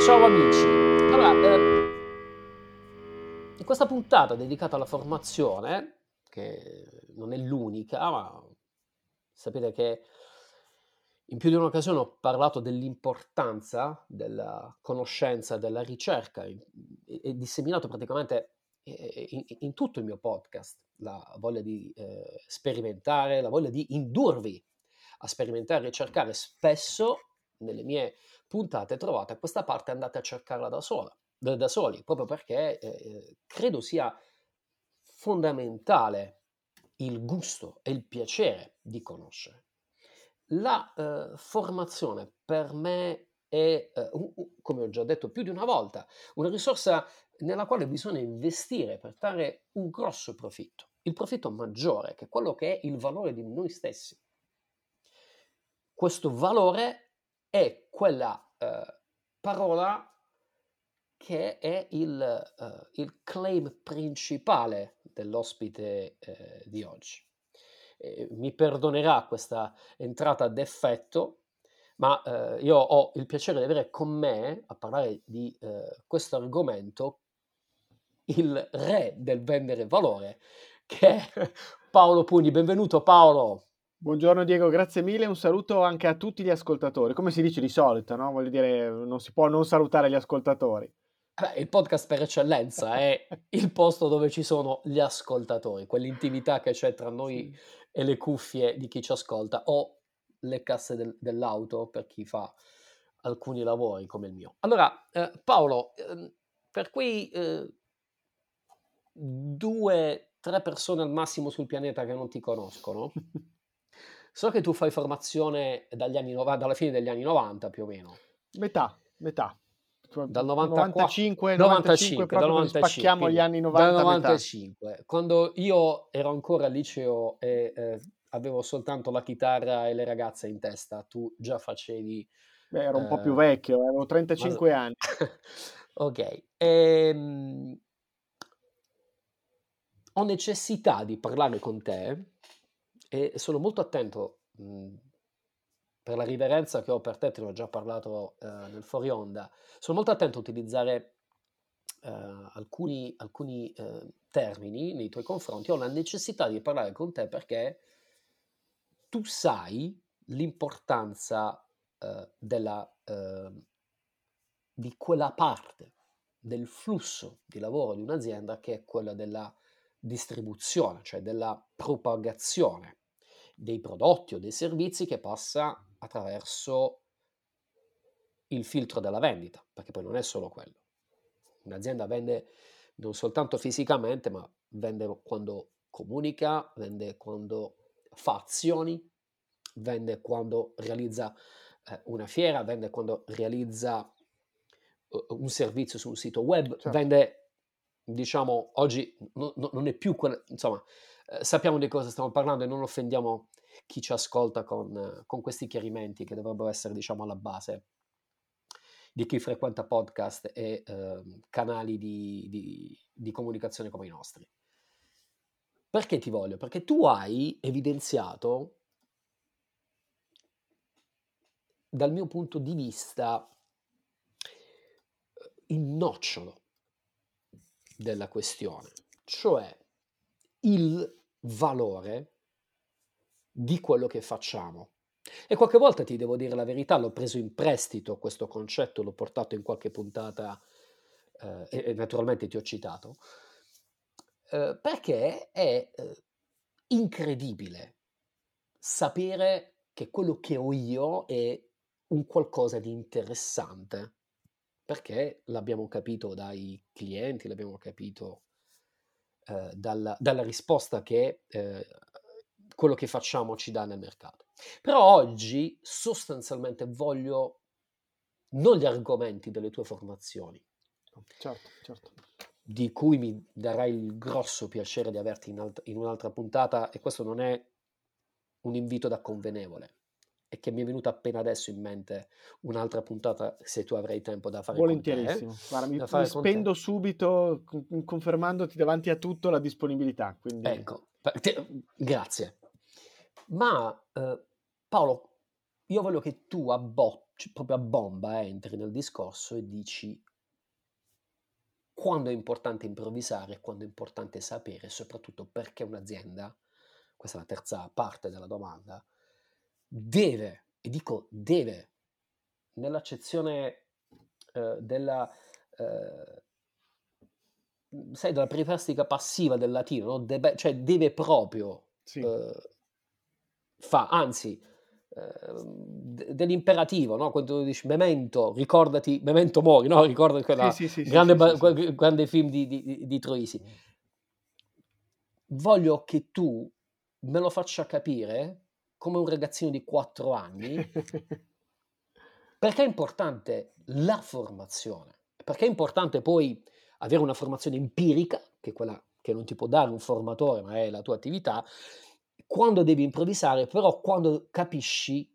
Ciao amici, allora, in questa puntata dedicata alla formazione, che non è l'unica, ma sapete che in più di un'occasione ho parlato dell'importanza della conoscenza, della ricerca e disseminato praticamente in tutto il mio podcast la voglia di sperimentare, la voglia di indurvi a sperimentare e ricercare. Spesso nelle mie puntate trovate questa parte, andate a cercarla da soli, proprio perché credo sia fondamentale il gusto e il piacere di conoscere. La formazione per me è, come ho già detto più di una volta, una risorsa nella quale bisogna investire per trarre un grosso profitto, il profitto maggiore, che è quello che è il valore di noi stessi. Questo valore è quella parola che è il claim principale dell'ospite di oggi. Mi perdonerà questa entrata ad effetto, ma io ho il piacere di avere con me a parlare di questo argomento il re del vendere valore, che è Paolo Pugni. Benvenuto Paolo. Buongiorno Diego, grazie mille, un saluto anche a tutti gli ascoltatori. Come si dice di solito, no? Voglio dire, non si può non salutare gli ascoltatori. Il podcast per eccellenza è il posto dove ci sono gli ascoltatori, quell'intimità che c'è tra noi Sì. e le cuffie di chi ci ascolta, o le casse dell'auto per chi fa alcuni lavori come il mio. Allora, Paolo, per quei 2-3 persone al massimo sul pianeta che non ti conoscono, so che tu fai formazione dalla fine degli anni 90 più o meno. Metà. Dal 94, 95 dal proprio così 95, spacchiamo gli quindi anni dal 90 a metà. 95, quando io ero ancora al liceo e avevo soltanto la chitarra e le ragazze in testa, tu già facevi... Beh, ero un po' più eh, vecchio, avevo ma- 35 anni. ok, ho necessità di parlare con te e sono molto attento, per la riverenza che ho per te, te ne ho già parlato nel fuori onda, sono molto attento a utilizzare alcuni termini nei tuoi confronti. Ho la necessità di parlare con te perché tu sai l'importanza di quella parte del flusso di lavoro di un'azienda che è quella della distribuzione, cioè della propagazione dei prodotti o dei servizi, che passa attraverso il filtro della vendita, perché poi non è solo quello. Un'azienda vende non soltanto fisicamente, ma vende quando comunica, vende quando fa azioni, vende quando realizza una fiera, vende quando realizza un servizio su un sito web, Certo. vende, diciamo, oggi non è più quella, insomma, sappiamo di cosa stiamo parlando e non offendiamo chi ci ascolta con questi chiarimenti che dovrebbero essere, diciamo, alla base di chi frequenta podcast e canali di comunicazione come i nostri. Perché ti voglio? Perché tu hai evidenziato, dal mio punto di vista, il nocciolo della questione, cioè il valore di quello che facciamo. E qualche volta, ti devo dire la verità, l'ho preso in prestito questo concetto, l'ho portato in qualche puntata e naturalmente ti ho citato, perché è incredibile sapere che quello che ho io è un qualcosa di interessante, perché l'abbiamo capito dai clienti, l'abbiamo capito dalla risposta che quello che facciamo ci dà nel mercato. Però oggi sostanzialmente voglio non gli argomenti delle tue formazioni, Certo. di cui mi darai il grosso piacere di averti in un'altra puntata, e questo non è un invito da convenevole, è che mi è venuta appena adesso in mente un'altra puntata, se tu avrai tempo da fare con te, Volentierissimo. Guarda, da mi fare con te. spendo subito confermandoti davanti a tutto la disponibilità, quindi Ecco, grazie. Ma Paolo, io voglio che tu proprio a bomba, entri nel discorso e dici quando è importante improvvisare, quando è importante sapere, e soprattutto perché un'azienda, questa è la terza parte della domanda, deve, e dico deve, nell'accezione della, ehm, sai, della perifrastica passiva del latino, no, cioè deve proprio, Sì. uhm, anzi, dell'imperativo, no, quando tu dici: "Memento, ricordati memento mori", no, ricorda Sì, quella sì, sì, sì, grande sì, sì, ba sì. grande film di Troisi. Voglio che tu me lo faccia capire come un ragazzino di 4 anni, perché è importante la formazione, perché è importante poi avere una formazione empirica, che è quella che non ti può dare un formatore, ma è la tua attività, quando devi improvvisare, però quando capisci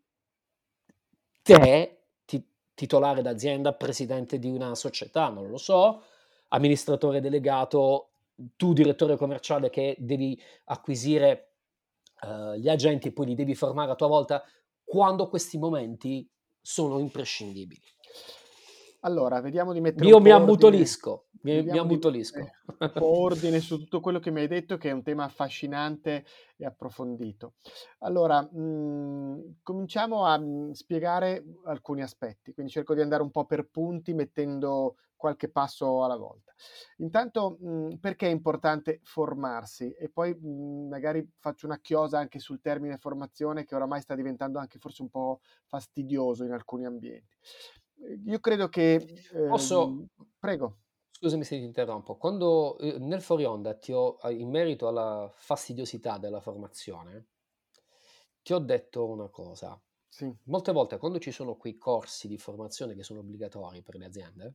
te, titolare d'azienda, presidente di una società, non lo so, amministratore delegato, tu direttore commerciale che devi acquisire, gli agenti e poi li devi formare a tua volta, quando questi momenti sono imprescindibili. Allora, vediamo di mettere un Io mi po' ordine ammutolisco, mi vediamo di ammutolisco. mettere un po' ordine su tutto quello che mi hai detto, che è un tema affascinante e approfondito. Allora, cominciamo a, spiegare alcuni aspetti, quindi cerco di andare un po' per punti, mettendo qualche passo alla volta. Intanto, perché è importante formarsi? E poi, magari faccio una chiosa anche sul termine formazione, che oramai sta diventando anche forse un po' fastidioso in alcuni ambienti. Io credo che Posso prego. Scusami se ti interrompo. Quando, nel fuori onda in merito alla fastidiosità della formazione, ti ho detto una cosa. Sì, Molte volte quando ci sono quei corsi di formazione che sono obbligatori per le aziende,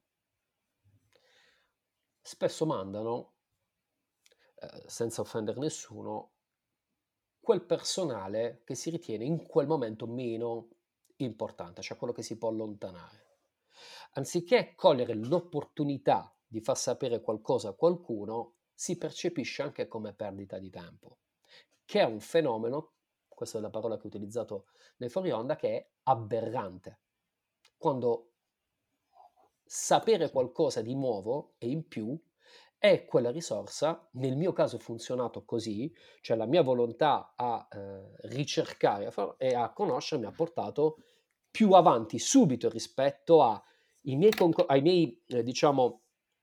spesso mandano, senza offendere nessuno, quel personale che si ritiene in quel momento meno importante, cioè quello che si può allontanare. Anziché cogliere l'opportunità di far sapere qualcosa a qualcuno, si percepisce anche come perdita di tempo, che è un fenomeno, questa è la parola che ho utilizzato nei fuori onda, che è aberrante. Quando sapere sì, qualcosa di nuovo e in più è quella risorsa, nel mio caso è funzionato così, cioè la mia volontà a, ricercare e a conoscere mi ha portato più avanti subito rispetto ai miei, diciamo,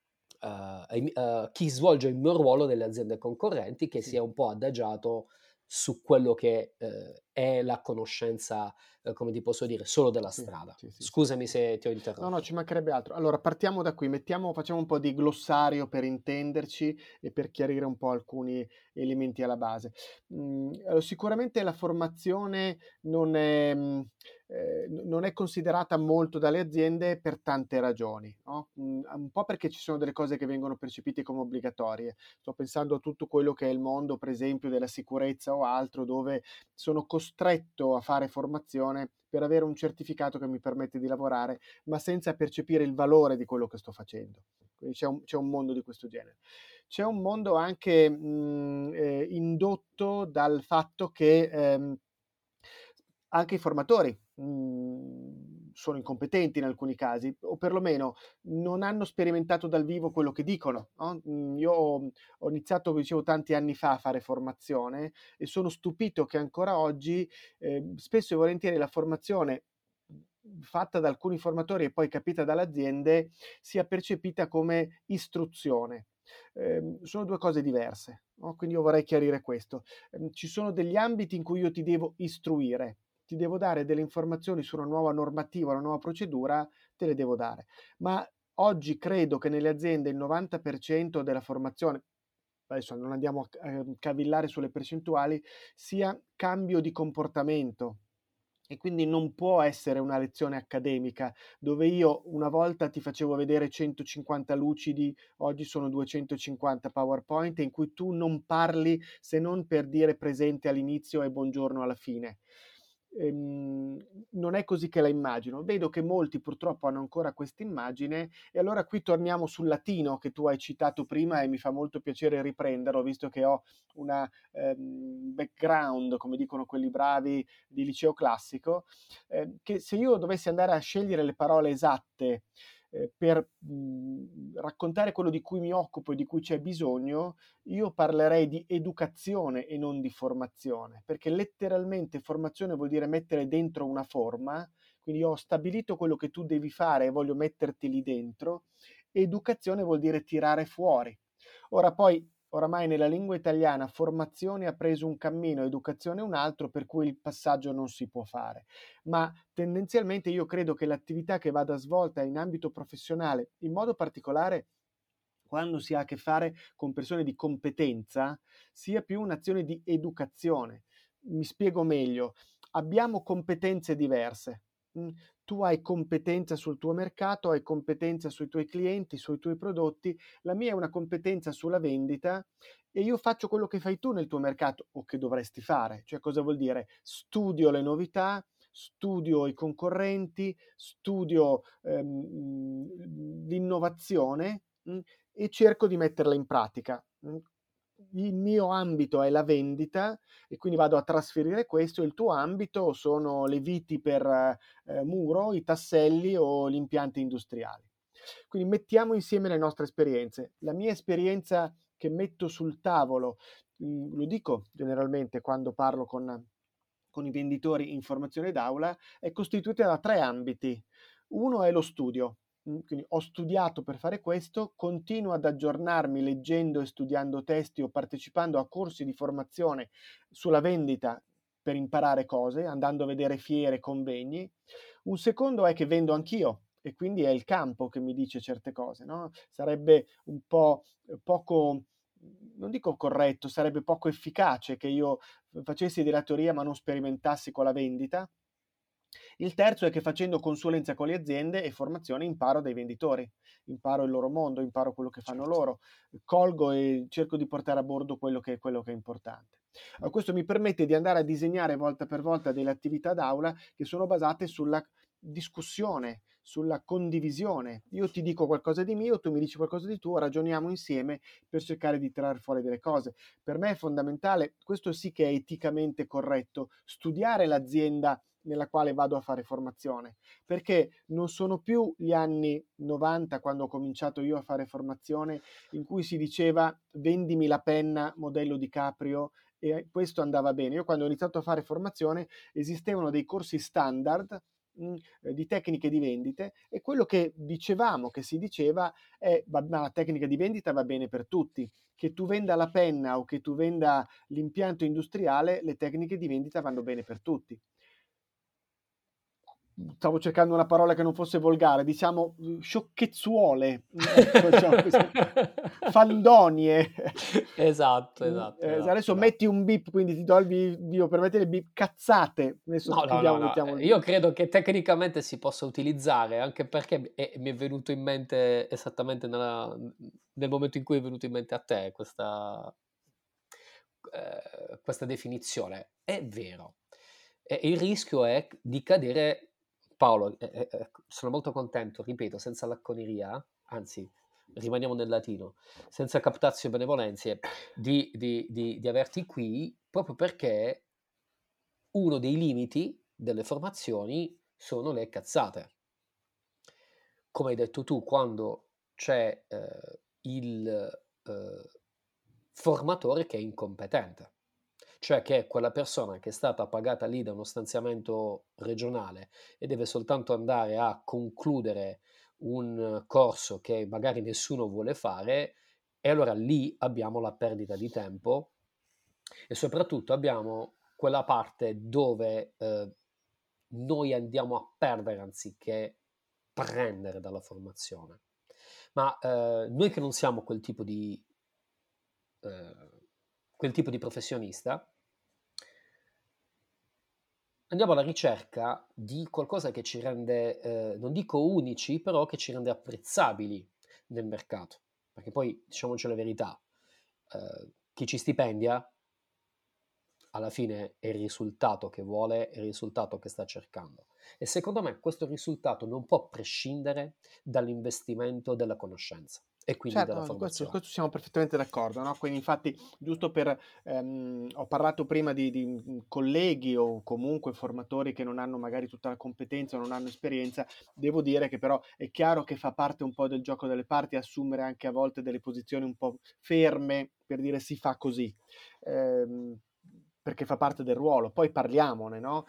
chi svolge il mio ruolo nelle aziende concorrenti, che si sì, è un po' adagiato su quello che, è la conoscenza, come ti posso dire, solo della sì, strada. sì, sì, sì, Scusami sì. se ti ho No, no, interrotto. ci mancherebbe altro. Allora, partiamo da qui, facciamo un po' di glossario per intenderci e per chiarire un po' alcuni elementi alla base. Sicuramente la formazione non è considerata molto dalle aziende per tante ragioni, no? Un po' perché ci sono delle cose che vengono percepite come obbligatorie. Sto pensando a tutto quello che è il mondo, per esempio, della sicurezza o altro, dove sono costretto a fare formazione per avere un certificato che mi permette di lavorare, ma senza percepire il valore di quello che sto facendo. Quindi c'è un mondo di questo genere. C'è un mondo anche indotto dal fatto che anche i formatori sono incompetenti in alcuni casi, o perlomeno non hanno sperimentato dal vivo quello che dicono. No? Io ho iniziato, come dicevo, tanti anni fa a fare formazione e sono stupito che ancora oggi spesso e volentieri la formazione fatta da alcuni formatori e poi capita dalle aziende sia percepita come istruzione. Sono due cose diverse, no? Quindi io vorrei chiarire questo. Ci sono degli ambiti in cui io ti devo istruire, ti devo dare delle informazioni su una nuova normativa, una nuova procedura, te le devo dare. Ma oggi credo che nelle aziende il 90% della formazione, adesso non andiamo a cavillare sulle percentuali, sia cambio di comportamento. E quindi non può essere una lezione accademica dove io una volta ti facevo vedere 150 lucidi, oggi sono 250 PowerPoint in cui tu non parli se non per dire presente all'inizio e buongiorno alla fine. non è così che la immagino. Vedo che molti purtroppo hanno ancora questa immagine, e allora qui torniamo sul latino che tu hai citato prima, e mi fa molto piacere riprenderlo, visto che ho una background, come dicono quelli bravi, di liceo classico, che se io dovessi andare a scegliere le parole esatte per raccontare quello di cui mi occupo e di cui c'è bisogno, io parlerei di educazione e non di formazione, perché letteralmente formazione vuol dire mettere dentro una forma, quindi io ho stabilito quello che tu devi fare e voglio metterti lì dentro. Educazione vuol dire tirare fuori. Ora poi, oramai nella lingua italiana, formazione ha preso un cammino, educazione un altro, per cui il passaggio non si può fare. Ma tendenzialmente io credo che l'attività che vada svolta in ambito professionale, in modo particolare quando si ha a che fare con persone di competenza, sia più un'azione di educazione. Mi spiego meglio. Abbiamo competenze diverse. Mm, Tu hai competenza sul tuo mercato, hai competenza sui tuoi clienti, sui tuoi prodotti. La mia è una competenza sulla vendita, e io faccio quello che fai tu nel tuo mercato o che dovresti fare. Cioè, cosa vuol dire? Studio le novità, studio i concorrenti, studio l'innovazione, e cerco di metterla in pratica. Il mio ambito è la vendita, e quindi vado a trasferire questo. Il tuo ambito sono le viti per muro, i tasselli o gli impianti industriali. Quindi mettiamo insieme le nostre esperienze. La mia esperienza che metto sul tavolo, lo dico generalmente quando parlo con i venditori in formazione d'aula, è costituita da 3 ambiti. Uno è lo studio. Quindi ho studiato per fare questo, continuo ad aggiornarmi leggendo e studiando testi o partecipando a corsi di formazione sulla vendita per imparare cose, andando a vedere fiere, convegni. Un secondo è che vendo anch'io, e quindi è il campo che mi dice certe cose, no? Sarebbe un po' poco, non dico corretto, sarebbe poco efficace che io facessi della teoria ma non sperimentassi con la vendita. Il terzo è che facendo consulenza con le aziende e formazione imparo dai venditori, imparo il loro mondo, imparo quello che fanno Certo. loro, colgo e cerco di portare a bordo quello che è importante. Questo mi permette di andare a disegnare volta per volta delle attività d'aula che sono basate sulla discussione, sulla condivisione. Io ti dico qualcosa di mio, tu mi dici qualcosa di tuo, ragioniamo insieme per cercare di trarre fuori delle cose. Per me è fondamentale, questo sì che è eticamente corretto, studiare l'azienda nella quale vado a fare formazione, perché non sono più gli anni 90, quando ho cominciato io a fare formazione, in cui si diceva vendimi la penna modello DiCaprio, e questo andava bene. Io quando ho iniziato a fare formazione esistevano dei corsi standard di tecniche di vendite, e quello che dicevamo, che si diceva è: ma la tecnica di vendita va bene per tutti, che tu venda la penna o che tu venda l'impianto industriale, le tecniche di vendita vanno bene per tutti. Stavo cercando una parola che non fosse volgare, diciamo sciocchezzuole, ecco, diciamo così, fandonie. Esatto, esatto, esatto, Adesso esatto. metti un bip, quindi ti do il video per mettere il bip, cazzate. Adesso No, no, no, chiudiamo, no, mettiamo il io bip. credo che tecnicamente si possa utilizzare, anche perché mi è venuto in mente esattamente nel momento in cui è venuto in mente a te questa definizione. È vero. E il rischio è di cadere, Paolo, sono molto contento, ripeto, senza lacconeria, anzi, rimaniamo nel latino, senza captatio benevolenzie, di averti qui, proprio perché uno dei limiti delle formazioni sono le cazzate. Come hai detto tu, quando c'è il formatore che è incompetente, cioè che è quella persona che è stata pagata lì da uno stanziamento regionale e deve soltanto andare a concludere un corso che magari nessuno vuole fare, e allora lì abbiamo la perdita di tempo e soprattutto abbiamo quella parte dove noi andiamo a perdere anziché prendere dalla formazione. Ma noi che non siamo quel tipo di professionista, andiamo alla ricerca di qualcosa che ci rende, non dico unici, però che ci rende apprezzabili nel mercato. Perché poi, diciamoci la verità, chi ci stipendia alla fine è il risultato che vuole, è il risultato che sta cercando. E secondo me questo risultato non può prescindere dall'investimento della conoscenza e quindi Certo, della no, su formazione. questo siamo perfettamente d'accordo, no, quindi infatti giusto per ho parlato prima di colleghi o comunque formatori che non hanno magari tutta la competenza o non hanno esperienza, devo dire che però è chiaro che fa parte un po' del gioco delle parti assumere anche a volte delle posizioni un po' ferme per dire si fa così, ehm, perché fa parte del ruolo. Poi parliamone, no,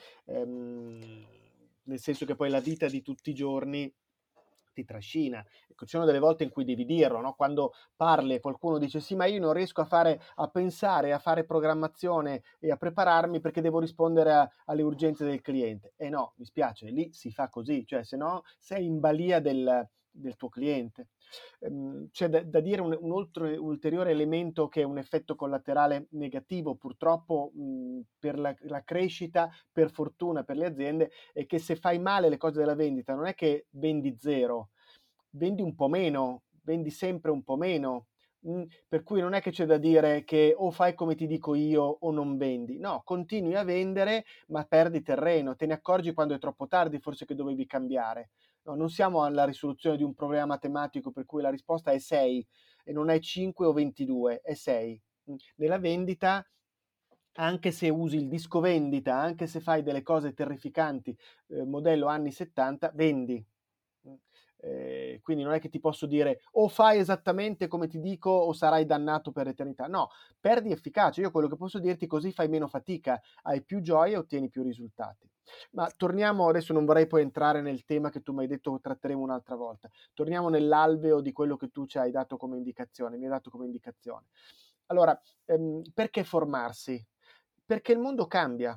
nel senso che poi la vita di tutti i giorni ti trascina. Ecco, ci sono delle volte in cui devi dirlo, no? Quando parli e qualcuno dice sì, ma io non riesco a pensare, a fare programmazione e a prepararmi perché devo rispondere alle urgenze del cliente. E no, mi spiace, lì si fa così, cioè se no sei in balia del tuo cliente. C'è da dire un ulteriore elemento che è un effetto collaterale negativo purtroppo per la crescita, per fortuna per le aziende, è che se fai male le cose della vendita non è che vendi zero, vendi un po' meno, vendi sempre un po' meno. Per cui non è che c'è da dire che o fai come ti dico io o non vendi. No, continui a vendere ma perdi terreno, te ne accorgi quando è troppo tardi, forse che dovevi cambiare. No, non siamo alla risoluzione di un problema matematico per cui la risposta è 6 e non è 5 o 22, è 6. Nella vendita, anche se usi il disco vendita, anche se fai delle cose terrificanti, modello anni 70, vendi. Mm. Quindi non è che ti posso dire o fai esattamente come ti dico o sarai dannato per l'eternità. No, perdi efficacia. Io quello che posso dirti così fai meno fatica, hai più gioia e ottieni più risultati. Ma torniamo, adesso non vorrei poi entrare nel tema che tu mi hai detto tratteremo un'altra volta. Torniamo nell'alveo di quello che tu ci hai dato come indicazione, mi hai dato come indicazione. Allora, perché formarsi? Perché il mondo cambia,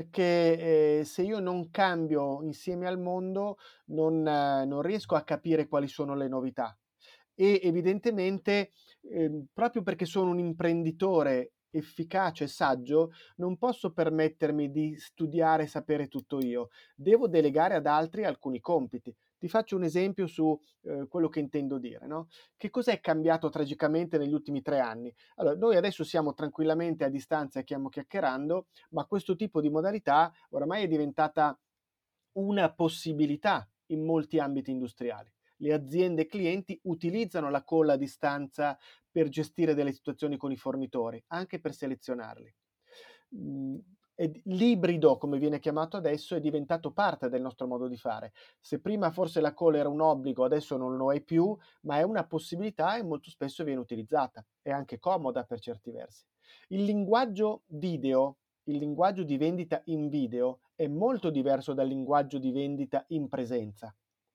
perché se io non cambio insieme al mondo non riesco a capire quali sono le novità. E evidentemente, proprio perché sono un imprenditore efficace e saggio, non posso permettermi di studiare e sapere tutto io. Devo delegare ad altri alcuni compiti. Ti faccio un esempio su quello che intendo dire, no? Che cos'è cambiato tragicamente negli ultimi 3 anni? Allora, noi adesso siamo tranquillamente a distanza e stiamo chiacchierando, ma questo tipo di modalità oramai è diventata una possibilità in molti ambiti industriali. Le aziende clienti utilizzano la call a distanza per gestire delle situazioni con i fornitori, anche per selezionarli. L'ibrido, come viene chiamato adesso, è diventato parte del nostro modo di fare. Se prima forse la call era un obbligo, adesso non lo è più, ma è una possibilità e molto spesso viene utilizzata. È anche comoda per certi versi. Il linguaggio video, il linguaggio di vendita in video è molto diverso dal linguaggio di vendita in presenza.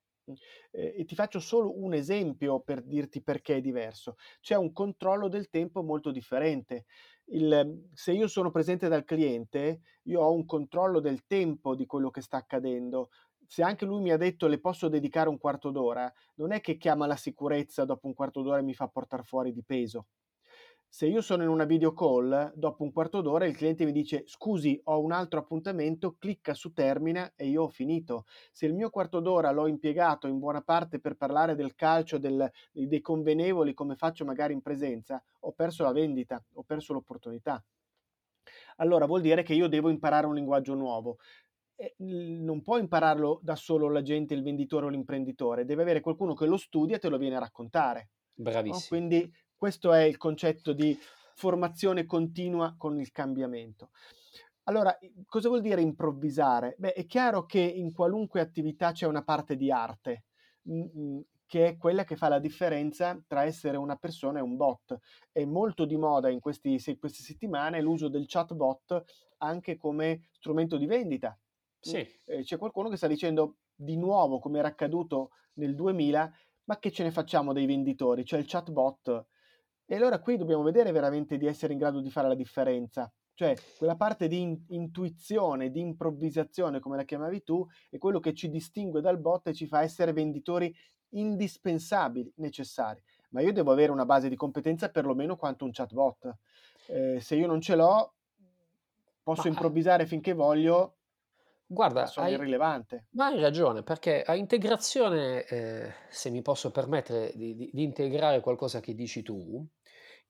E ti faccio solo un esempio per dirti perché è diverso. C'è un controllo del tempo molto differente. Se io sono presente dal cliente, io ho un controllo del tempo di quello che sta accadendo. Se anche lui mi ha detto le posso dedicare un quarto d'ora, non è che chiama la sicurezza dopo un quarto d'ora e mi fa portare fuori di peso. Se io sono in una video call, dopo un quarto d'ora il cliente mi dice scusi, ho un altro appuntamento, clicca su termina e io ho finito. Se il mio quarto d'ora l'ho impiegato in buona parte per parlare del calcio, dei convenevoli come faccio magari in presenza, ho perso la vendita, ho perso l'opportunità. Allora vuol dire che io devo imparare un linguaggio nuovo. Non può impararlo da solo la gente, il venditore o l'imprenditore, deve avere qualcuno che lo studia e te lo viene a raccontare. No? Bravissimo. Quindi questo è il concetto di formazione continua con il cambiamento. Allora, cosa vuol dire improvvisare? Beh, è chiaro che in qualunque attività c'è una parte di arte, che è quella che fa la differenza tra essere una persona e un bot. È molto di moda in queste settimane l'uso del chatbot anche come strumento di vendita. Sì, C'è qualcuno che sta dicendo di nuovo, come era accaduto nel 2000, ma che ce ne facciamo dei venditori? C'è il chatbot. E allora qui dobbiamo vedere veramente di essere in grado di fare la differenza. Cioè, quella parte di intuizione, di improvvisazione, come la chiamavi tu, è quello che ci distingue dal bot e ci fa essere venditori indispensabili, necessari. Ma io devo avere una base di competenza perlomeno quanto un chatbot. Se io non ce l'ho, ma posso improvvisare finché voglio, ma guarda, sono irrilevante. ma hai ragione, perché a integrazione, se mi posso permettere di integrare qualcosa che dici tu,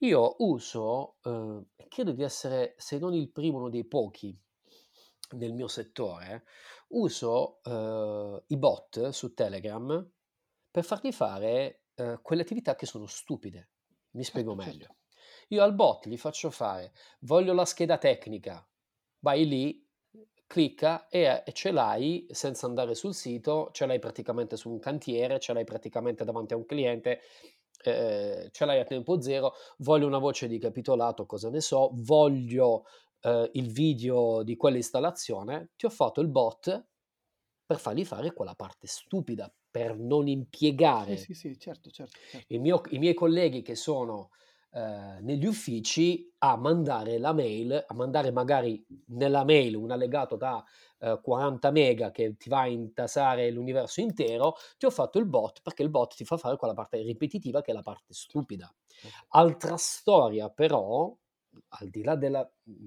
Io uso, credo di essere, se non il primo, uno dei pochi nel mio settore, uso, i bot su Telegram per fargli fare, quelle attività che sono stupide. Mi spiego Certo, certo. meglio. Io al bot gli faccio fare: "Voglio la scheda tecnica", vai lì, clicca e ce l'hai senza andare sul sito, ce l'hai praticamente su un cantiere, ce l'hai praticamente davanti a un cliente, ce l'hai a tempo zero. Voglio una voce di capitolato, cosa ne so, voglio, il video di quell'installazione, ti ho fatto il bot per fargli fare quella parte stupida, per non Sì, impiegare sì, sì, certo, certo, certo. i miei colleghi che sono, negli uffici a mandare la mail, a mandare magari nella mail un allegato da, 40 mega che ti va a intasare l'universo intero, ti ho fatto il bot perché il bot ti fa fare quella parte ripetitiva che è la parte Certo, stupida. certo. Altra storia però, al di là della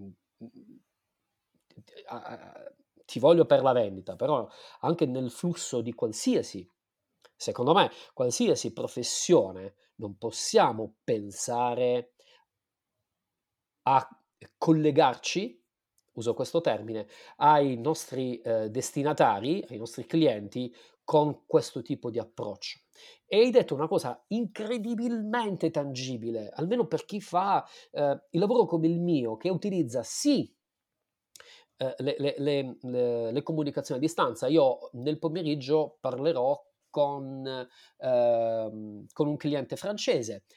ti voglio per la vendita, però anche nel flusso di qualsiasi, secondo me, qualsiasi professione, non possiamo pensare a collegarci, uso questo termine, ai nostri, destinatari, ai nostri clienti con questo tipo di approccio. E hai detto una cosa incredibilmente tangibile, almeno per chi fa, il lavoro come il mio, che utilizza sì, le comunicazioni a distanza. Io nel pomeriggio parlerò con un cliente francese,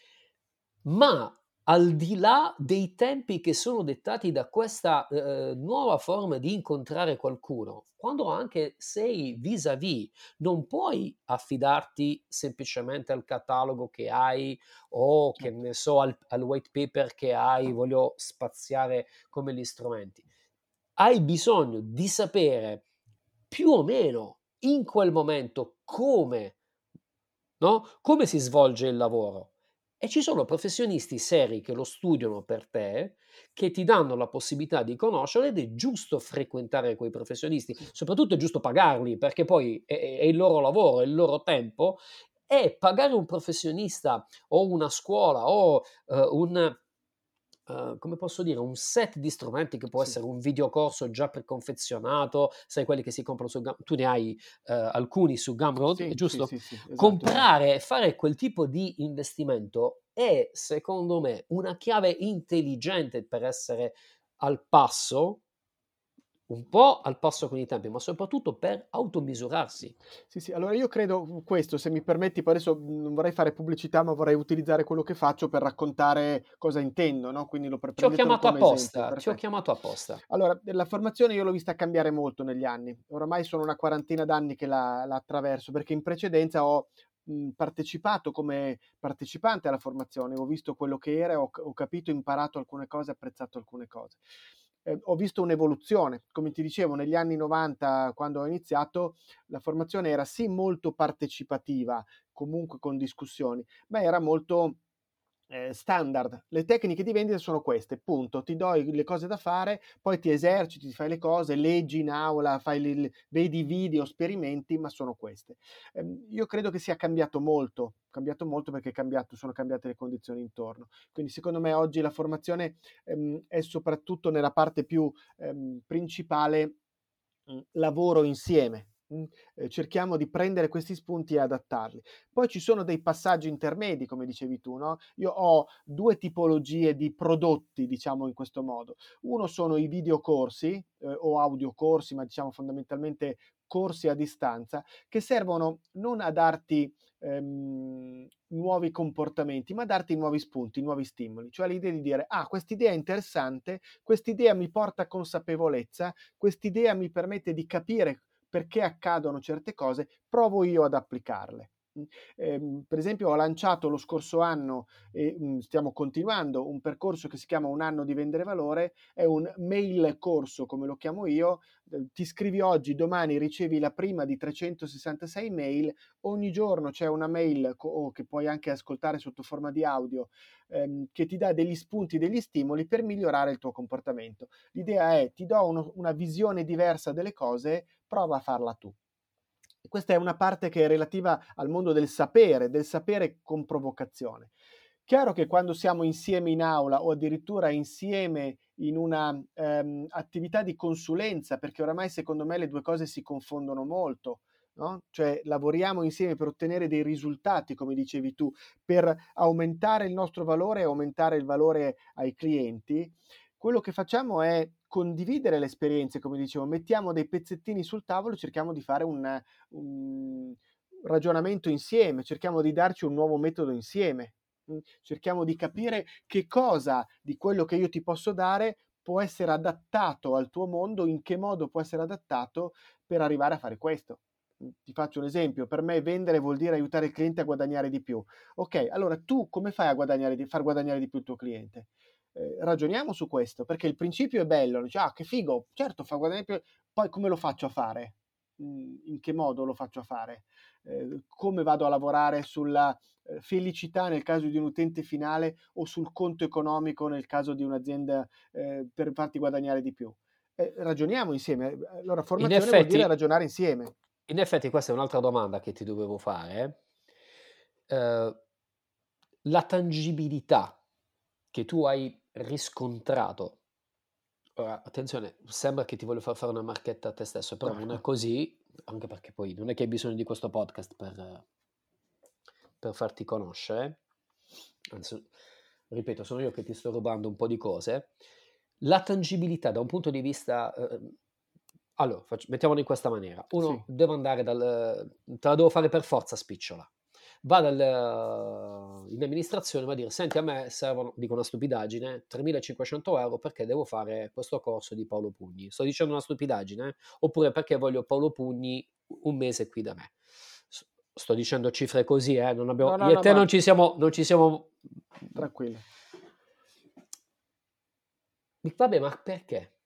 ma al di là dei tempi che sono dettati da questa, nuova forma di incontrare qualcuno, quando anche sei vis-à-vis, non puoi affidarti semplicemente al catalogo che hai o, che Certo. ne so, al white paper che hai, voglio spaziare come gli strumenti. Hai bisogno di sapere più o meno in quel momento come, no, come si svolge il lavoro. E ci sono professionisti seri che lo studiano per te, che ti danno la possibilità di conoscerlo ed è giusto frequentare quei professionisti, Sì. soprattutto è giusto pagarli, perché poi è il loro lavoro, è il loro tempo, e pagare un professionista o una scuola o, un come posso dire, un set di strumenti che può Sì. essere un videocorso già preconfezionato, sai quelli che si comprano su Gum tu ne hai, alcuni su Gumroad, è Sì, sì, giusto? sì, sì, esatto, esatto. Comprare e fare quel tipo di investimento è, secondo me, una chiave intelligente per essere al passo, un po' al passo con i tempi, ma soprattutto per automisurarsi. Sì, sì, allora io credo, questo, se mi permetti, poi adesso, non vorrei fare pubblicità, ma vorrei utilizzare quello che faccio per raccontare cosa intendo, no, quindi Ti ho prendetelo chiamato come esempio, apposta, ti ho perfetto. chiamato apposta. Allora, la formazione io l'ho vista cambiare molto negli anni. Oramai sono una quarantina d'anni che la attraverso, perché in precedenza ho, partecipato come partecipante alla formazione, ho visto quello che era, ho capito, imparato alcune cose, apprezzato alcune cose. Ho visto un'evoluzione. Come ti dicevo, negli anni '90, quando ho iniziato, la formazione era sì molto partecipativa, comunque con discussioni, ma era molto, standard. Le tecniche di vendita sono queste, punto. Ti do le cose da fare, poi ti eserciti, fai le cose, leggi in aula, fai vedi video, sperimenti, ma sono queste. Io credo che sia cambiato molto perché sono cambiate le condizioni intorno. Quindi secondo me oggi la formazione, è soprattutto nella parte più, principale, lavoro insieme. Cerchiamo di prendere questi spunti e adattarli. Poi ci sono dei passaggi intermedi, come dicevi tu, no, io ho 2 tipologie di prodotti, diciamo in questo modo. Uno sono i videocorsi, o audiocorsi, ma diciamo fondamentalmente corsi a distanza, che servono non a darti, nuovi comportamenti, ma a darti nuovi spunti, nuovi stimoli. Cioè l'idea di dire: "Ah, quest'idea è interessante, quest'idea mi porta consapevolezza, quest'idea mi permette di capire perché accadono certe cose, provo io ad applicarle". Per esempio ho lanciato lo scorso anno e, stiamo continuando un percorso che si chiama "Un anno di vendere valore", è un mail corso, come lo chiamo io, ti iscrivi oggi, domani ricevi la prima di 366 mail, ogni giorno c'è una mail o che puoi anche ascoltare sotto forma di audio, che ti dà degli spunti, degli stimoli per migliorare il tuo comportamento. L'idea è: ti do una visione diversa delle cose, prova a farla tu. Questa è una parte che è relativa al mondo del sapere con provocazione. Chiaro che quando siamo insieme in aula o addirittura insieme in una, attività di consulenza, perché oramai secondo me le 2 cose si confondono molto, no, cioè lavoriamo insieme per ottenere dei risultati, come dicevi tu, per aumentare il nostro valore e aumentare il valore ai clienti. Quello che facciamo è condividere le esperienze, come dicevo, mettiamo dei pezzettini sul tavolo, cerchiamo di fare un ragionamento insieme, cerchiamo di darci un nuovo metodo insieme. Cerchiamo di capire che cosa di quello che io ti posso dare può essere adattato al tuo mondo, in che modo può essere adattato per arrivare a fare questo. Ti faccio un esempio: per me vendere vuol dire aiutare il cliente a guadagnare di più. Okay, allora tu come fai a far guadagnare di più il tuo cliente? Ragioniamo su questo, perché il principio è bello, dici: "Ah, che figo, certo fa guadagnare più", poi come lo faccio a fare? In che modo lo faccio a fare? Come vado a lavorare sulla, felicità nel caso di un utente finale o sul conto economico nel caso di un'azienda, per farti guadagnare di più? Ragioniamo insieme. Allora In formazione vuol dire effetti ragionare insieme. in effetti questa è un'altra domanda che ti dovevo fare. Ehm, la tangibilità che tu hai riscontrato. Ora, attenzione, sembra che ti voglio far fare una marchetta a te stesso, però non è così, anche perché poi non è che hai bisogno di questo podcast per farti conoscere. Anzi, ripeto, sono io che ti sto rubando un po' di cose. La tangibilità da un punto di vista, allora, mettiamolo in questa maniera: Sì. uno deve andare te la devo fare per forza spicciola. Va in amministrazione, va a dire: "Senti, a me servono", dico una stupidaggine, 3.500 € perché devo fare questo corso di Paolo Pugni. Sto dicendo una stupidaggine? Oppure perché voglio Paolo Pugni un mese qui da me. S Sto dicendo cifre così, non abbiamo No, no, io e no, te ma non ci siamo tranquillo. vabbè, ma perché?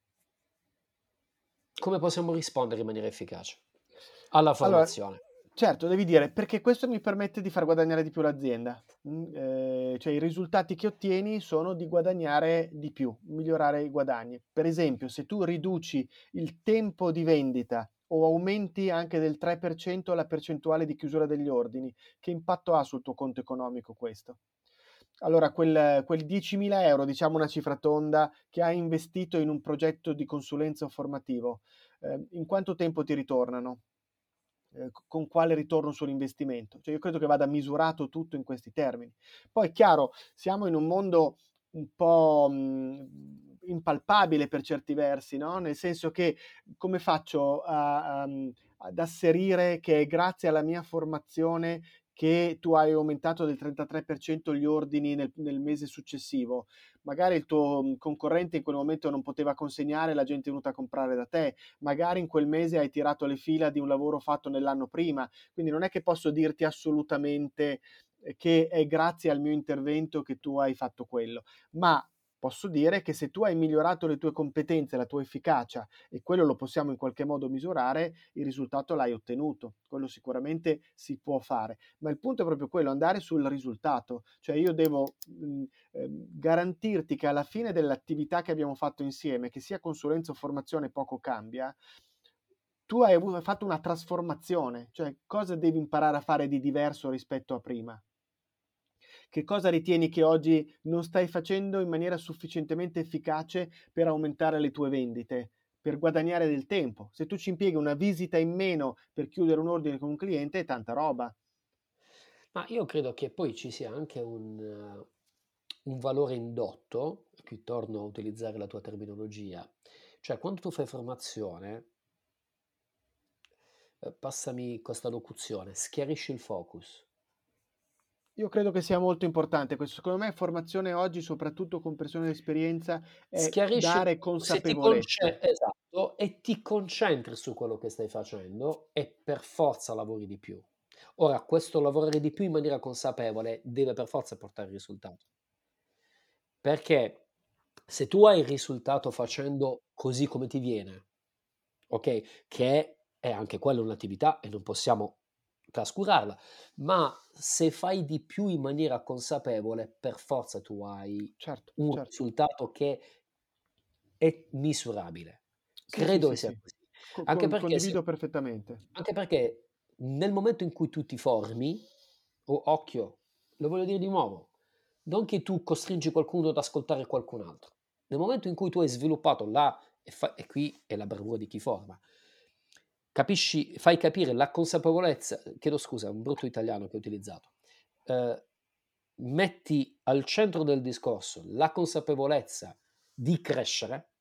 Come possiamo rispondere in maniera efficace alla Allora, formazione? certo, devi dire: "Perché questo mi permette di far guadagnare di più l'azienda". Cioè i risultati che ottieni sono di guadagnare di più, migliorare i guadagni. Per esempio, se tu riduci il tempo di vendita o aumenti anche del 3% la percentuale di chiusura degli ordini, che impatto ha sul tuo conto economico questo? Allora quel 10.000 €, diciamo una cifra tonda, che hai investito in un progetto di consulenza o formativo, in quanto tempo ti ritornano? Con quale ritorno sull'investimento. Cioè io credo che vada misurato tutto in questi termini. Poi chiaro, siamo in un mondo un po', impalpabile per certi versi, no, nel senso che come faccio ad asserire che è grazie alla mia formazione che tu hai aumentato del 33% gli ordini nel mese successivo? Magari il tuo, concorrente in quel momento non poteva consegnare, la gente è venuta a comprare da te, magari in quel mese hai tirato le fila di un lavoro fatto nell'anno prima, quindi non è che posso dirti assolutamente che è grazie al mio intervento che tu hai fatto quello, ma posso dire che se tu hai migliorato le tue competenze, la tua efficacia e quello lo possiamo in qualche modo misurare, il risultato l'hai ottenuto. Quello sicuramente si può fare, ma il punto è proprio quello, andare sul risultato, cioè io devo garantirti che alla fine dell'attività che abbiamo fatto insieme, che sia consulenza o formazione, poco cambia, tu hai fatto una trasformazione, cioè cosa devi imparare a fare di diverso rispetto a prima? Che cosa ritieni che oggi non stai facendo in maniera sufficientemente efficace per aumentare le tue vendite? Per guadagnare del tempo. Se tu ci impieghi una visita in meno per chiudere un ordine con un cliente, è tanta roba. Ma io credo che poi ci sia anche un valore indotto, e qui torno a utilizzare la tua terminologia, cioè quando tu fai formazione, passami questa locuzione, schiarisci il focus. Io credo che sia molto importante questo. Secondo me formazione oggi, soprattutto con persone di esperienza, è Schiarisci il dare focus e consapevolezza. esatto, e ti concentri su quello che stai facendo e per forza lavori di più. Ora, questo lavorare di più in maniera consapevole deve per forza portare risultato. Perché se tu hai il risultato facendo così come ti viene, okay, che è anche quella un'attività e non possiamo trascurarla, ma se fai di più in maniera consapevole, per forza tu hai Certo, un certo. risultato che è misurabile. Sì, sì, Credo che sì, sia sì. così. Anche perché se Condivido perfettamente. anche perché nel momento in cui tu ti formi, occhio, lo voglio dire di nuovo, non che tu costringi qualcuno ad ascoltare qualcun altro. Nel momento in cui tu hai sviluppato e qui è la bravura di chi forma, capisci, fai capire la consapevolezza, chiedo scusa, è un brutto italiano che ho utilizzato, eh, metti al centro del discorso la consapevolezza di crescere,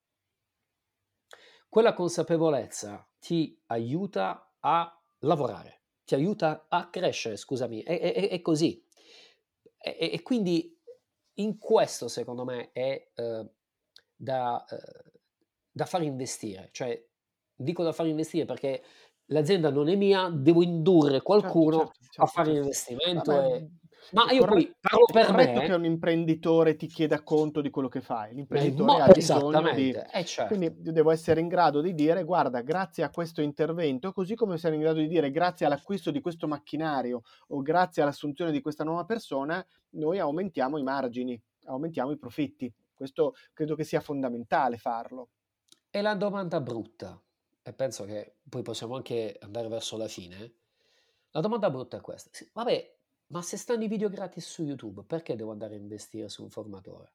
quella consapevolezza ti aiuta a lavorare, ti aiuta a crescere, scusami, è così. E quindi in questo secondo me è da, da far investire, cioè dico da far investire perché l'azienda non è mia, devo indurre Certo, qualcuno certo, a certo, fare certo. investimento Vabbè, ma io poi parlo è per corretto che me, un imprenditore ti chieda conto di quello che fai. L'imprenditore ha bisogno di... esattamente, Quindi certo. io devo essere in grado di dire, guarda, grazie a questo intervento, così come essere in grado di dire, grazie all'acquisto di questo macchinario o grazie all'assunzione di questa nuova persona, noi aumentiamo i margini, aumentiamo i profitti. Questo credo che sia fondamentale farlo. E la domanda brutta, e penso che poi possiamo anche andare verso la fine, la domanda brutta è questa. Vabbè, ma se stanno i video gratis su YouTube, perché devo andare a investire su un formatore?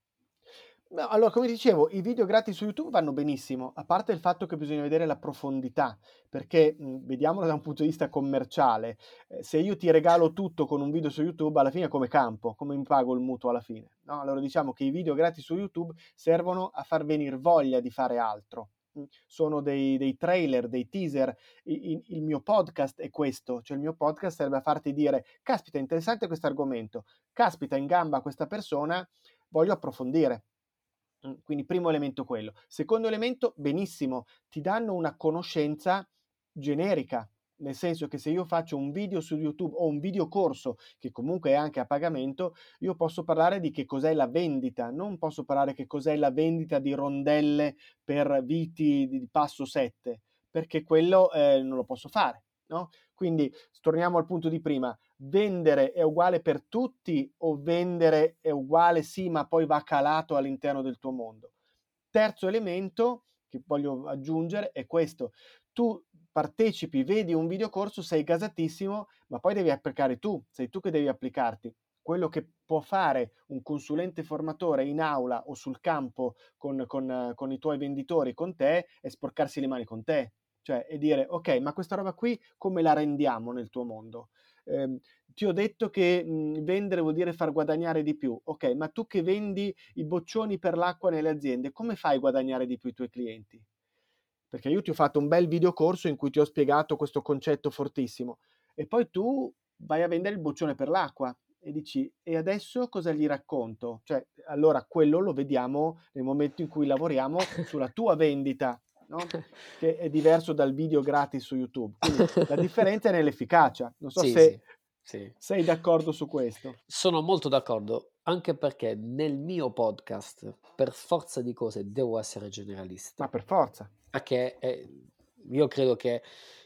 No, allora, come dicevo, i video gratis su YouTube vanno benissimo, a parte il fatto che bisogna vedere la profondità, perché vediamolo da un punto di vista commerciale, se io ti regalo tutto con un video su YouTube, alla fine è come campo, come mi pago il mutuo alla fine, no? Allora diciamo che i video gratis su YouTube servono a far venire voglia di fare altro. Sono dei trailer, dei teaser. Il mio podcast è questo, cioè il mio podcast serve a farti dire, caspita, interessante questo argomento, caspita, in gamba questa persona, voglio approfondire. Quindi primo elemento quello. Secondo elemento, benissimo, ti danno una conoscenza generica, nel senso che se io faccio un video su YouTube o un videocorso che comunque è anche a pagamento, io posso parlare di che cos'è la vendita, non posso parlare che cos'è la vendita di rondelle per viti di passo 7, perché quello non lo posso fare, no? Quindi torniamo al punto di prima, vendere è uguale per tutti o vendere è uguale sì, ma poi va calato all'interno del tuo mondo? Terzo elemento che voglio aggiungere è questo: tu partecipi, vedi un videocorso, sei gasatissimo, ma poi devi applicare tu, sei tu che devi applicarti. Quello che può fare un consulente formatore in aula o sul campo con i tuoi venditori, con te, è sporcarsi le mani con te, cioè e dire ok, ma questa roba qui come la rendiamo nel tuo mondo? Ti ho detto che vendere vuol dire far guadagnare di più. Ok, ma tu che vendi i boccioni per l'acqua nelle aziende, come fai a guadagnare di più i tuoi clienti? Perché io ti ho fatto un bel videocorso in cui ti ho spiegato questo concetto fortissimo e poi tu vai a vendere il boccione per l'acqua e dici e adesso cosa gli racconto? Cioè, allora quello lo vediamo nel momento in cui lavoriamo sulla tua vendita, no? Che è diverso dal video gratis su YouTube. Quindi la differenza è nell'efficacia. Non so Sì, se sì, sì. sei d'accordo su questo. Sono molto d'accordo, anche perché nel mio podcast, per forza di cose, devo essere Ma generalista. per forza. Perché io credo che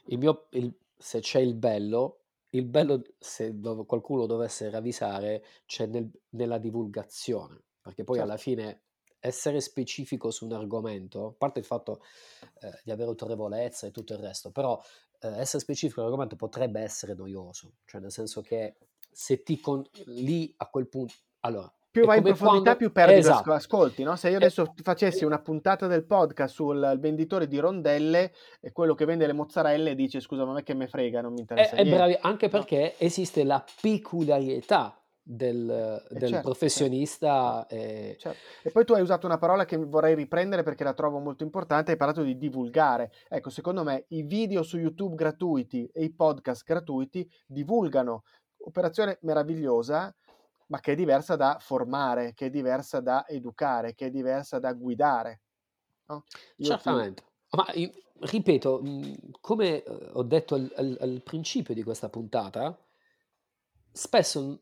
se c'è il bello, se qualcuno dovesse ravvisare, c'è nella divulgazione, perché poi alla Certo. fine essere specifico su un argomento, a parte il fatto di avere autorevolezza e tutto il resto, però essere specifico sull'argomento potrebbe essere noioso, cioè nel senso che se lì a quel punto, allora, Più è vai in come profondità, quando, più perdi esatto, ascolti, no? Se io eh, adesso facessi una puntata del podcast sul venditore di rondelle e quello che vende le mozzarelle dice scusa, ma a me che me frega, non mi interessa è niente, bravi, anche no? perché esiste la peculiarità E del certo, certo, certo, professionista, certo. E poi tu hai usato una parola che vorrei riprendere perché la trovo molto importante, hai parlato di divulgare. Ecco, secondo me i video su YouTube gratuiti e i podcast gratuiti divulgano. Operazione meravigliosa, ma che è diversa da formare, che è diversa da educare, che è diversa da guidare, no? Io ti... certamente. Ma ripeto, come ho detto al principio di questa puntata, spesso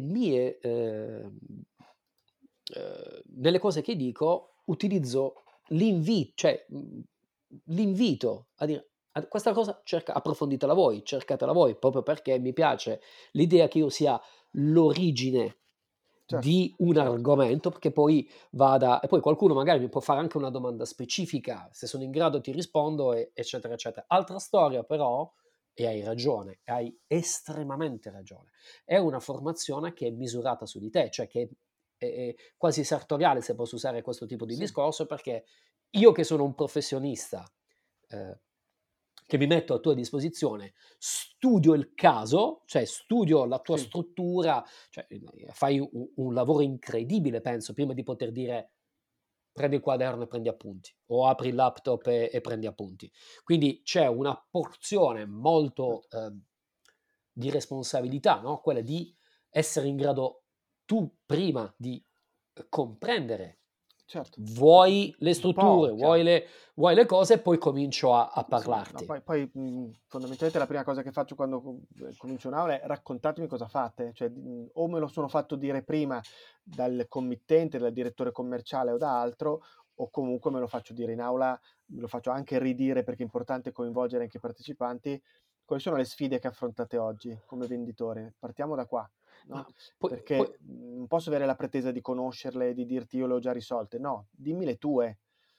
nelle cose che dico utilizzo cioè l'invito a dire: Questa cosa approfonditela voi, cercatela voi", proprio perché mi piace l'idea che io sia l'origine Certo, di un certo. argomento, perché poi vada e poi qualcuno magari mi può fare anche una domanda specifica, se sono in grado ti rispondo eccetera, eccetera. Altra storia però, e hai ragione, hai estremamente ragione, è una formazione che è misurata su di te, cioè che quasi sartoriale, se posso usare questo tipo di Sì, discorso, perché io che sono un professionista, che mi metto a tua disposizione, studio il caso, cioè studio la tua sì, struttura, cioè fai un lavoro incredibile, penso, prima di poter dire prendi il quaderno e prendi appunti, o apri il laptop e prendi appunti. Quindi c'è una porzione molto certo, di responsabilità, no? Quella di essere in grado tu prima di comprendere, certo. vuoi le Un po', strutture, chiaro. vuoi le cose, e poi comincio a Sì, no, parlarti. poi, fondamentalmente la prima cosa che faccio quando comincio un'aula è raccontatemi cosa fate, cioè o me lo sono fatto dire prima dal committente, dal direttore commerciale o da altro, o comunque me lo faccio dire in aula, me lo faccio anche ridire perché è importante coinvolgere anche i partecipanti. Quali sono le sfide che affrontate oggi come venditore? Partiamo da qua, no? Ma poi Perché non posso avere la pretesa di conoscerle e di dirti io le ho già risolte, no, dimmi le tue.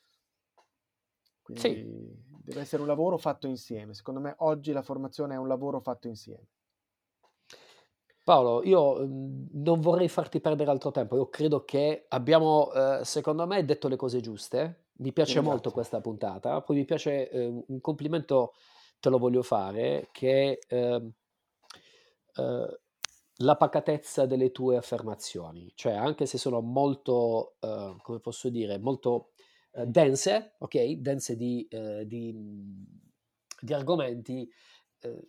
sì, Quindi deve essere un lavoro fatto insieme. Secondo me oggi la formazione è un lavoro fatto insieme. Paolo, io non vorrei farti perdere altro tempo. Io credo che abbiamo, secondo me, detto le cose giuste. Mi Ti piace molto ringrazio. questa puntata. Poi mi piace, un complimento te lo voglio fare, che eh, la pacatezza delle tue affermazioni, cioè anche se sono molto, come posso dire, molto dense, ok? Dense di argomenti, eh,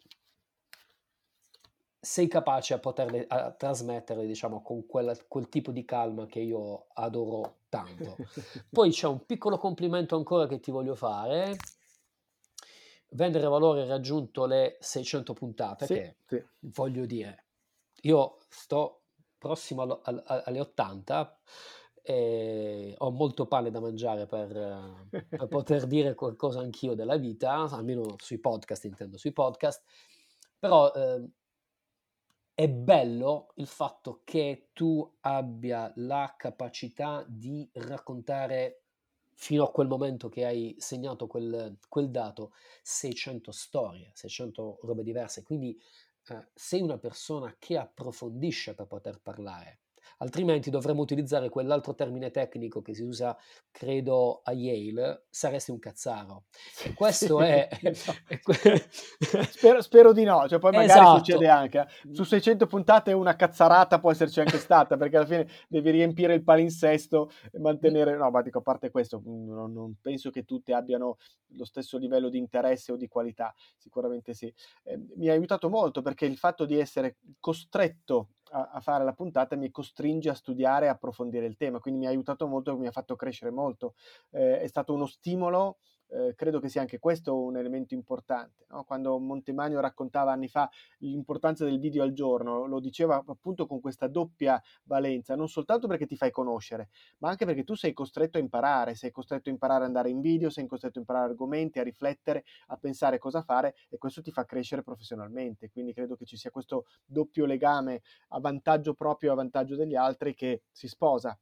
sei capace a poterle a trasmetterle, diciamo, con quel tipo di calma che io adoro tanto. Poi c'è un piccolo complimento ancora che ti voglio fare. Vendere Valore ha raggiunto le 600 puntate, Sì, che sì. voglio dire, io sto prossimo alle 80 e ho molto pane da mangiare per poter dire qualcosa anch'io della vita, almeno sui podcast, intendo sui podcast, però è bello il fatto che tu abbia la capacità di raccontare, fino a quel momento che hai segnato quel dato, 600 storie, 600 robe diverse. Quindi sei una persona che approfondisce per poter parlare. Altrimenti dovremmo utilizzare quell'altro termine tecnico che si usa, credo, a Yale, saresti un cazzaro. Sì, E sì, questo è... no. è que- Spero di no, cioè poi magari succede Esatto. anche. Su 600 puntate una cazzarata può esserci anche stata, perché alla fine devi riempire il palinsesto e mantenere... No, ma dico, a parte questo, non penso che tutte abbiano lo stesso livello di interesse o di qualità, sicuramente sì. Mi ha aiutato molto perché il fatto di essere costretto a fare la puntata mi costringe a studiare e approfondire il tema, quindi mi ha aiutato molto e mi ha fatto crescere molto. È stato uno stimolo. Credo che sia anche questo un elemento importante, no? Quando Montemagno raccontava anni fa l'importanza del video al giorno, lo diceva appunto con questa doppia valenza, non soltanto perché ti fai conoscere, ma anche perché tu sei costretto a imparare, sei costretto a imparare ad andare in video, sei costretto a imparare argomenti, a riflettere, a pensare cosa fare, e questo ti fa crescere professionalmente. Quindi credo che ci sia questo doppio legame a vantaggio proprio e a vantaggio degli altri che si sposa,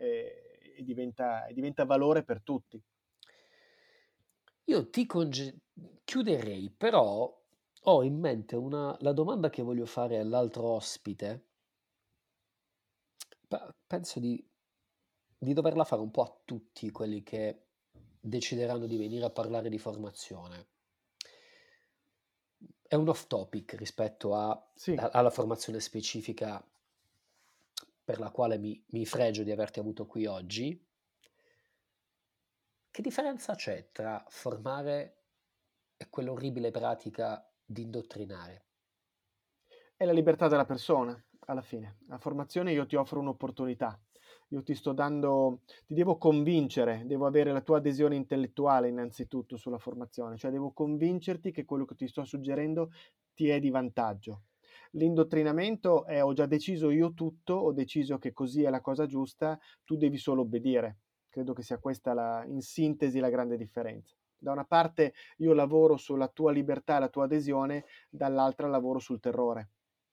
e diventa valore per tutti. Io chiuderei, però ho in mente la domanda che voglio fare all'altro ospite. Penso di doverla fare un po' a tutti quelli che decideranno di venire a parlare di formazione. È un off topic rispetto Sì. alla formazione specifica per la quale mi fregio di averti avuto qui oggi. Che differenza c'è tra formare e quell'orribile pratica di indottrinare? È la libertà della persona, alla fine. La formazione io ti offro un'opportunità. Io ti devo convincere, devo avere la tua adesione intellettuale innanzitutto sulla formazione, cioè devo convincerti che quello che ti sto suggerendo ti è di vantaggio. L'indottrinamento è ho già deciso io tutto, ho deciso che così è la cosa giusta, tu devi solo obbedire. Credo che sia questa in sintesi la grande differenza. Da una parte io lavoro sulla tua libertà e la tua adesione, dall'altra lavoro sul terrore.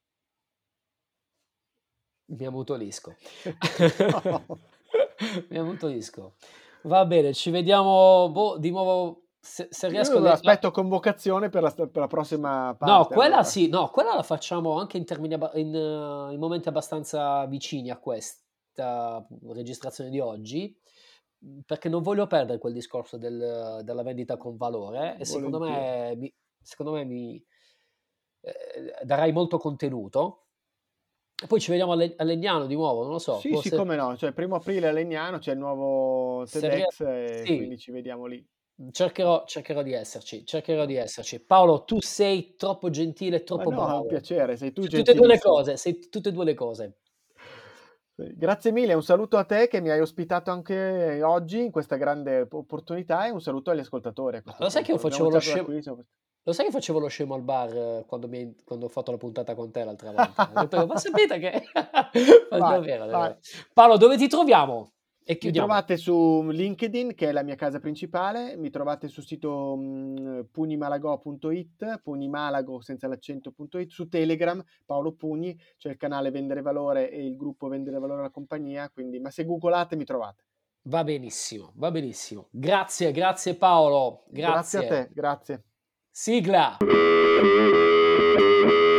Mi ammutolisco. No. Mi ammutolisco. Va bene, ci vediamo di nuovo se riesco Io aspetto convocazione per la prossima no, parte, quella allora. sì, no, quella la facciamo anche in momenti abbastanza vicini a questo. questa registrazione di oggi, perché non voglio perdere quel discorso della vendita con valore, e Volentieri. secondo me mi darai molto contenuto. E poi ci vediamo a Legnano di nuovo, non lo so, Sì, sì, forse come no, cioè 1° aprile a Legnano c'è il nuovo se rie TEDx e sì, quindi ci vediamo lì. cercherò di esserci, cercherò di esserci. Paolo, tu sei troppo gentile e Ma troppo no, è un bravo. piacere, sei tu Su tutte e 2 le gentilissimo. cose, sei tutte e 2 le cose. Sì, grazie mille, un saluto a te che mi hai ospitato anche oggi in questa grande opportunità e un saluto agli ascoltatori a Ma questo punto. Abbiamo lo iniziato da scemo qui, siamo lo sai che facevo lo scemo al bar quando ho fatto la puntata con te l'altra volta? Ho detto: "Ma sapete che" ma Vai, davvero, vai. davvero. Paolo, dove ti troviamo? E Mi chiudiamo. trovate su LinkedIn, che è la mia casa principale, mi trovate sul sito punimalago.it, punimalago senza l'accento.it, su Telegram, Paolo Pugni, c'è il canale Vendere Valore e il gruppo Vendere Valore alla compagnia, quindi, ma se googolate mi trovate. Va benissimo, va benissimo. Grazie, grazie Paolo, Grazie a grazie. te, grazie. Sigla.